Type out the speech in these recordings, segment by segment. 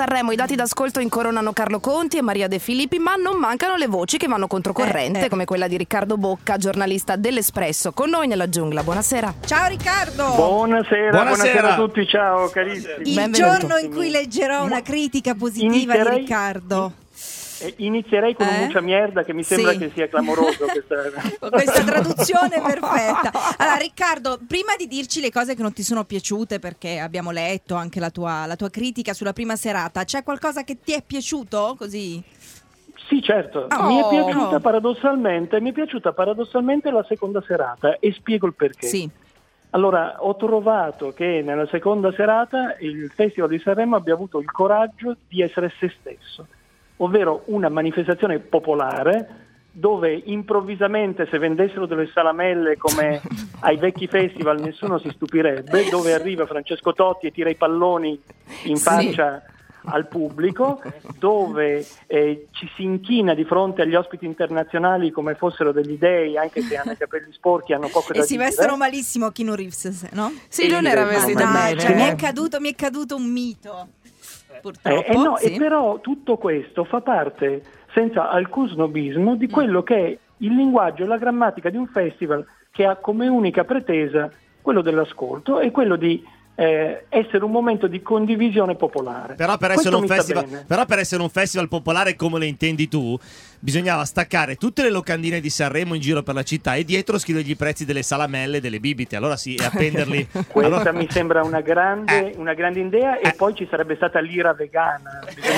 Sanremo i dati d'ascolto incoronano Carlo Conti e Maria De Filippi, ma non mancano le voci che vanno controcorrente, come quella di Riccardo Bocca, giornalista dell'Espresso, con noi nella giungla. Buonasera. Ciao Riccardo. Buonasera a tutti, ciao carissimi. Il giorno in cui leggerò una critica positiva di Riccardo. Inizierei con un mucha mierda, che mi sembra che sia clamoroso questa traduzione perfetta. Allora Riccardo, prima di dirci le cose che non ti sono piaciute, perché abbiamo letto anche la tua critica sulla prima serata, c'è qualcosa che ti è piaciuto così? Sì, certo. Mi è piaciuta paradossalmente la seconda serata, e spiego il perché. Sì. Allora, ho trovato che nella seconda serata il Festival di Sanremo abbia avuto il coraggio di essere se stesso, ovvero una manifestazione popolare dove improvvisamente, se vendessero delle salamelle come ai vecchi festival, nessuno si stupirebbe, dove arriva Francesco Totti e tira i palloni in faccia al pubblico, dove ci si inchina di fronte agli ospiti internazionali come fossero degli dei, anche se hanno i capelli sporchi, hanno poco da dire. E si vestono malissimo Keanu Reeves, no? Sì, non era vestito bene. Cioè, mi è caduto un mito. Purtroppo, e però tutto questo fa parte, senza alcun snobismo, di quello che è il linguaggio e la grammatica di un festival che ha come unica pretesa quello dell'ascolto e quello di essere un momento di condivisione popolare. Però per essere un festival popolare come lo intendi tu, bisognava staccare tutte le locandine di Sanremo in giro per la città e dietro scrivergli i prezzi delle salamelle e delle bibite, allora sì, e appenderli. Questa mi sembra una grande idea, e poi ci sarebbe stata l'ira vegana.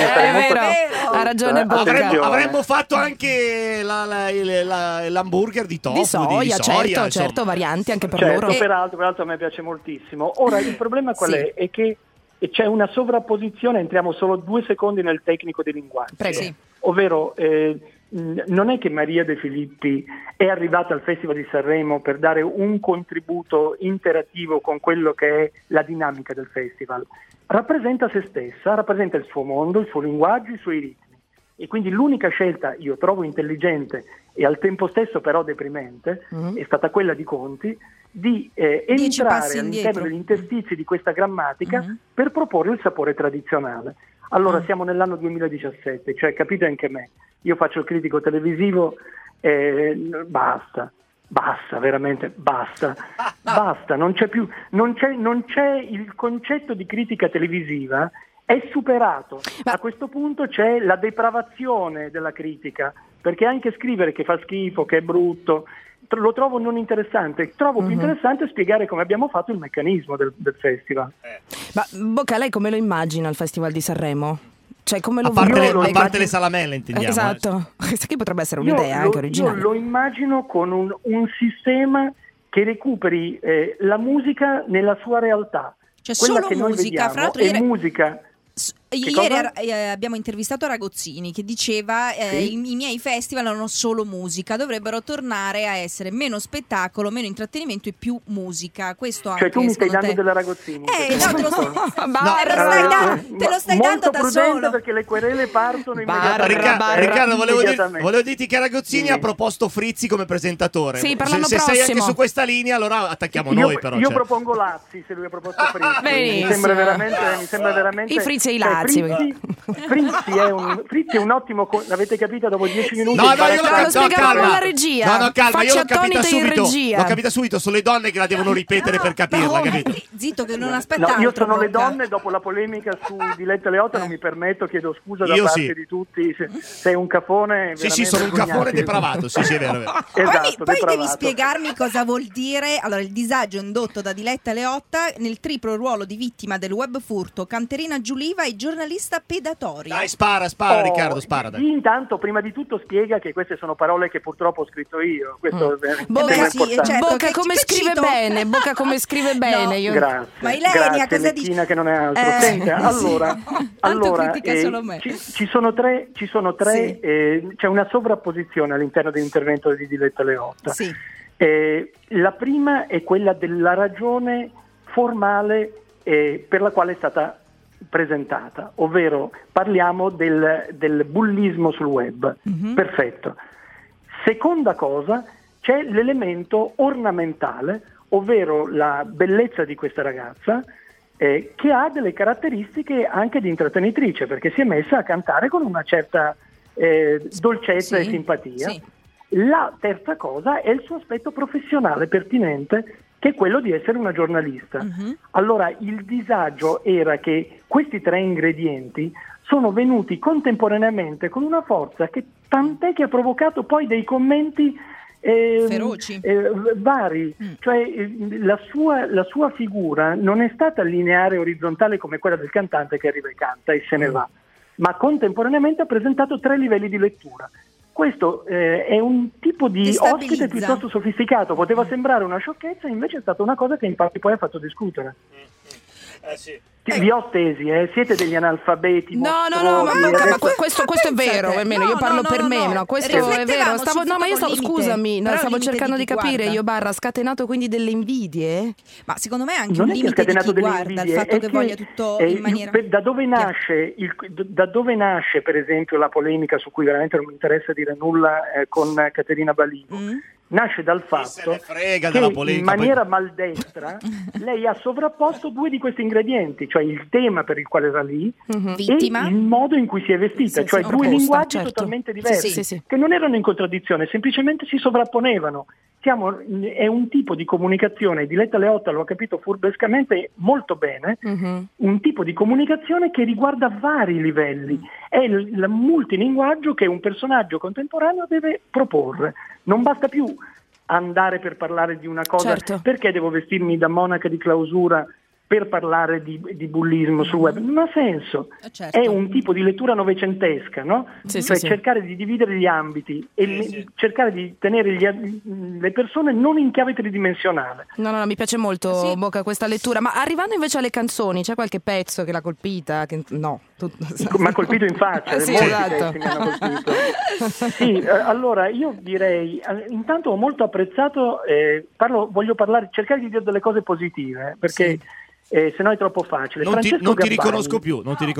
Ha ragione Bocca. Avremmo fatto anche l'hamburger di tofu, di soia, certo, varianti anche per loro. Peraltro a me piace moltissimo. Ora il problema qual è? È che c'è una sovrapposizione, entriamo solo 2 secondi nel tecnico di linguaggio. Ovvero non è che Maria De Filippi è arrivata al Festival di Sanremo per dare un contributo interattivo con quello che è la dinamica del festival. Rappresenta se stessa, rappresenta il suo mondo, il suo linguaggio, i suoi ritmi. E quindi l'unica scelta, io trovo intelligente e al tempo stesso però deprimente, è stata quella di Conti, di entrare all'interno degli interstizi di questa grammatica per proporre il sapore tradizionale. Allora siamo nell'anno 2017, cioè capite anche me, io faccio il critico televisivo, basta, veramente basta, non c'è più, non c'è il concetto di critica televisiva, è superato. A questo punto c'è la depravazione della critica, perché anche scrivere che fa schifo, che è brutto, lo trovo non interessante. Trovo più interessante spiegare come abbiamo fatto il meccanismo del festival. Ma Bocca, lei come lo immagina il Festival di Sanremo? Cioè, come lo a parte le salamelle, intendiamo. Esatto, questa qui potrebbe essere un'idea anche originale. Io lo immagino con un sistema che recuperi la musica nella sua realtà. Cioè quella solo che noi musica, vediamo fra l'altro è musica. Ieri abbiamo intervistato Ragozzini che diceva i miei festival hanno solo musica, dovrebbero tornare a essere meno spettacolo, meno intrattenimento e più musica. Questo cioè anche, tu mi stai dando della Ragozzini? Te lo stai dando da solo, perché le querele partono immediatamente. Riccardo, volevo dirti che Ragozzini ha proposto Frizzi come presentatore. Sì, per l'anno se prossimo. sei anche su questa linea, allora attacchiamo noi però. Io propongo Lazzi, se lui ha proposto Frizzi. Mi sembra veramente i Frizzi e i Lazzi. Frizzi è un ottimo, l'avete capito dopo 10 minuti? Lo spiegavamo alla regia. Calma, io l'ho capita capita subito, sono le donne che la devono ripetere per capirla, capito? Zitto che non aspetta. Io sono le donne, dopo la polemica su Diletta Leotta non mi permetto, chiedo scusa da parte di tutti, sei un cafone. Sì, sono un cafone depravato, sì, è vero. Esatto, poi devi spiegarmi cosa vuol dire allora il disagio indotto da Diletta Leotta nel triplo ruolo di vittima del web furto, canterina giuliva e giornalista pedatoria. Dai, spara Riccardo, spara. Dai. Intanto, prima di tutto spiega che queste sono parole che purtroppo ho scritto io. Questo Bocca, certo, Bocca come scrive bene, Bocca come scrive bene. Io... Grazie. Ma Ilenia cosa dice? Che non è altro. Senta, allora ci sono tre, c'è una sovrapposizione all'interno dell'intervento di Diletta Leotta. Sì. La prima è quella della ragione formale per la quale è stata presentata, ovvero parliamo del bullismo sul web. Perfetto. Seconda cosa, c'è l'elemento ornamentale, ovvero la bellezza di questa ragazza che ha delle caratteristiche anche di intrattenitrice, perché si è messa a cantare con una certa dolcezza e simpatia. Sì. La terza cosa è il suo aspetto professionale pertinente, che è quello di essere una giornalista. Allora, il disagio era che questi 3 ingredienti sono venuti contemporaneamente con una forza che tant'è che ha provocato poi dei commenti feroci, vari. Cioè la sua figura non è stata lineare e orizzontale come quella del cantante che arriva e canta e se ne va, ma contemporaneamente ha presentato 3 livelli di lettura. Questo è un tipo di ospite piuttosto sofisticato, poteva sembrare una sciocchezza, invece è stata una cosa che infatti poi ha fatto discutere. Sì. Vi ho tesi, siete degli analfabeti. No, ma questo è vero, almeno io parlo per me. No, questo è vero. Stavo cercando di capire. Io ha scatenato quindi delle invidie? Ma secondo me è anche un limite di chi guarda, il fatto che voglia tutto in maniera. Da dove nasce, per esempio, la polemica su cui veramente non mi interessa dire nulla con Caterina Balivo? Nasce dal fatto che in maniera maldestra lei ha sovrapposto 2 di questi ingredienti, cioè il tema per il quale era lì e il modo in cui si è vestita, cioè 2 linguaggi totalmente diversi che non erano in contraddizione, semplicemente si sovrapponevano. È un tipo di comunicazione, Diletta Leotta lo ha capito furbescamente molto bene, un tipo di comunicazione che riguarda vari livelli, è il multilinguaggio che un personaggio contemporaneo deve proporre. Non basta più andare per parlare di una cosa, perché devo vestirmi da monaca di clausura per parlare di bullismo sul web, non ha senso. È un tipo di lettura novecentesca, no? Cercare di dividere gli ambiti e cercare di tenere le persone non in chiave tridimensionale. No, mi piace molto Bocca questa lettura, ma arrivando invece alle canzoni, c'è qualche pezzo che l'ha colpita? Mi ha colpito in faccia, esatto. Mi hanno colpito. Allora io direi, intanto ho molto apprezzato, voglio cercare di dire delle cose positive, perché se no è troppo facile. Non ti riconosco più.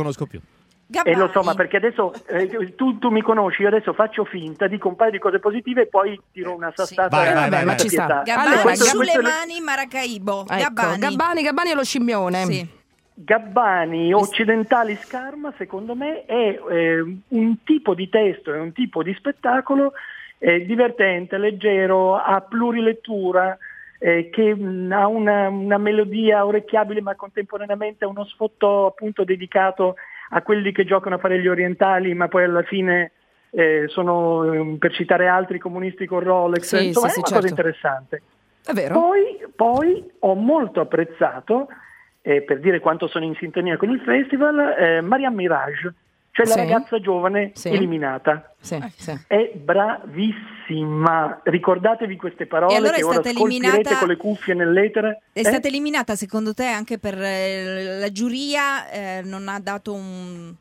E lo so, ma perché adesso tu mi conosci, io adesso faccio finta, dico un paio di cose positive e poi tiro una sassata. Vai, ma ci sta. Gabbani sulle mani Maracaibo. Gabbani è lo scimmione. Sì. Gabbani occidentali Scarma, secondo me, è un tipo di testo, è un tipo di spettacolo divertente, leggero, a plurilettura, che ha una melodia orecchiabile, ma contemporaneamente uno sfottò appunto dedicato a quelli che giocano a fare gli orientali, ma poi alla fine sono, per citare altri, comunisti con Rolex. Insomma, è una cosa interessante. È vero. Poi ho molto apprezzato, per dire quanto sono in sintonia con il festival, Marianne Mirage, cioè la ragazza giovane eliminata. È bravissima. Ricordatevi queste parole, allora che ora ascolterete con le cuffie nell'etere. È stata eliminata secondo te anche per la giuria? Non ha dato un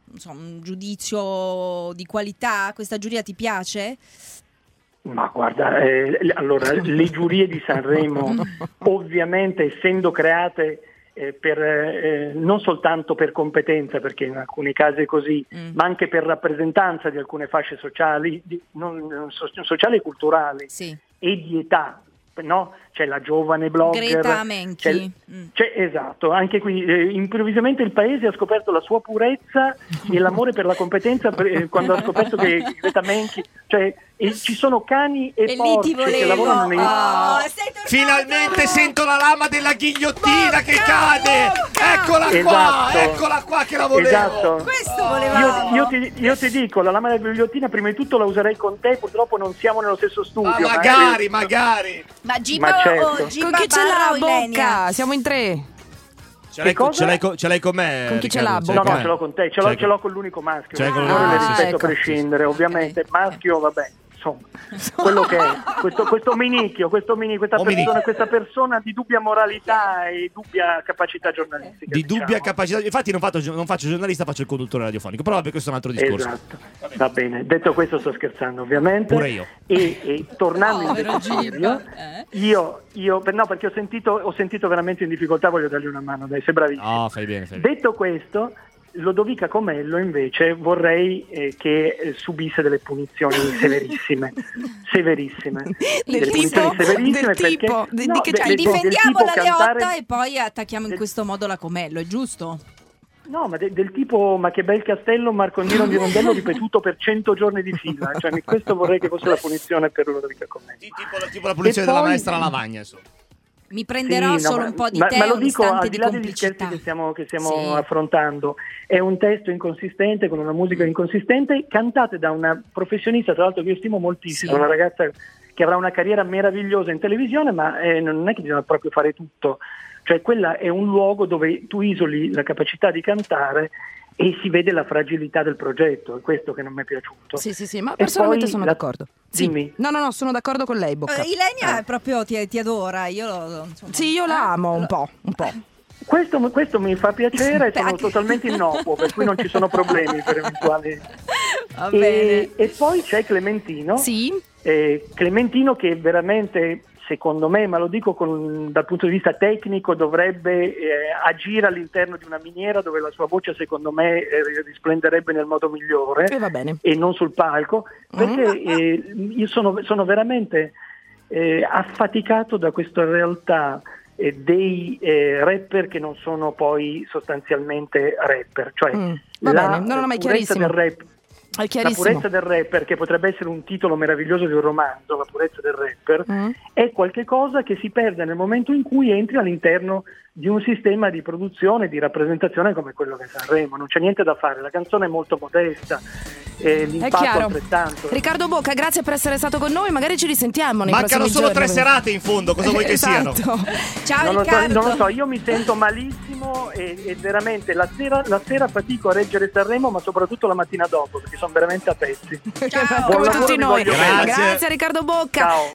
giudizio di qualità? Questa giuria ti piace? Ma guarda, allora le giurie di Sanremo ovviamente, essendo create non soltanto per competenza, perché in alcuni casi è così, ma anche per rappresentanza di alcune fasce sociali, sociali e culturali e di età, no? C'è la giovane blogger Greta Menchi, esatto, anche qui improvvisamente il paese ha scoperto la sua purezza e l'amore per la competenza quando ha scoperto che Greta Menchi, ci sono cani e porci che lavorano nei finalmente sento la lama della ghigliottina che cade. Eccola qua che la volevo. Esatto. Questo volevamo. Io ti dico, la lama della ghigliottina prima di tutto la userei con te, purtroppo non siamo nello stesso studio. Magari. Ma Giba certo. o Giba con chi ce l'ha Bocca? Bocca? Siamo in 3. Ce l'hai con me? Con chi ce l'ha? No, ce l'ho con te, ce l'ho con l'unico maschio. Le rispetto a prescindere, ovviamente. Maschio, vabbè. Insomma, quello che è questo minicchio, questa persona di dubbia moralità e dubbia capacità giornalistica. Dubbia capacità. Infatti non faccio giornalista, faccio il conduttore radiofonico. Però vabbè, questo è un altro discorso. Esatto. Va bene. Detto questo, sto scherzando, ovviamente. Pure io. E tornando in desiderio, io perché ho sentito veramente in difficoltà, voglio dargli una mano, dai, sei bravissimo. Fai bene. Detto questo, Lodovica Comello invece vorrei che subisse delle punizioni severissime. Del tipo? Difendiamo la Leotta e poi attacchiamo in questo modo la Comello, è giusto? No, ma del tipo, ma che bel castello Marcondino di Rondello ripetuto per 100 giorni di fila. Cioè, questo vorrei che fosse la punizione per Lodovica Comello. Tipo la punizione della maestra Lavagna, insomma. Mi prenderò solo un po' di tè, ma lo un dico istante al di là degli complicità. scherzi che stiamo affrontando. È un testo inconsistente, con una musica inconsistente, cantate da una professionista, tra l'altro che io stimo moltissimo, una ragazza che avrà una carriera meravigliosa in televisione, ma non è che bisogna proprio fare tutto. Cioè quella è un luogo dove tu isoli la capacità di cantare e si vede la fragilità del progetto, è questo che non mi è piaciuto. Sì, ma personalmente sono d'accordo. Dimmi. No, sono d'accordo con lei, Bocca. Ilenia proprio ti adora, io io la amo un po'. Questo mi fa piacere, sono totalmente innocuo, per cui non ci sono problemi per eventuali. Va bene. E poi c'è Clementino. Sì. Clementino che veramente, secondo me, ma lo dico dal punto di vista tecnico, dovrebbe agire all'interno di una miniera dove la sua voce, secondo me, risplenderebbe nel modo migliore va bene. E non sul palco, perché io sono veramente affaticato da questa realtà dei rapper che non sono poi sostanzialmente rapper, cioè ma è chiarissimo. Del rap. La purezza del rapper, che potrebbe essere un titolo meraviglioso di un romanzo, la purezza del rapper, è qualcosa che si perde nel momento in cui entri all'interno di un sistema di produzione, di rappresentazione come quello che è Sanremo. Non c'è niente da fare, la canzone è molto modesta, l'impatto altrettanto. Riccardo Bocca, grazie per essere stato con noi, magari ci risentiamo nei Mancano prossimi solo giorni. 3 serate in fondo, cosa vuoi che siano? Ciao Riccardo. Non lo so, io mi sento malissimo e veramente la sera fatico a reggere Sanremo, ma soprattutto la mattina dopo, perché sono veramente a pezzi. Ciao. Come tutti noi. Grazie. Grazie a Riccardo Bocca. Ciao.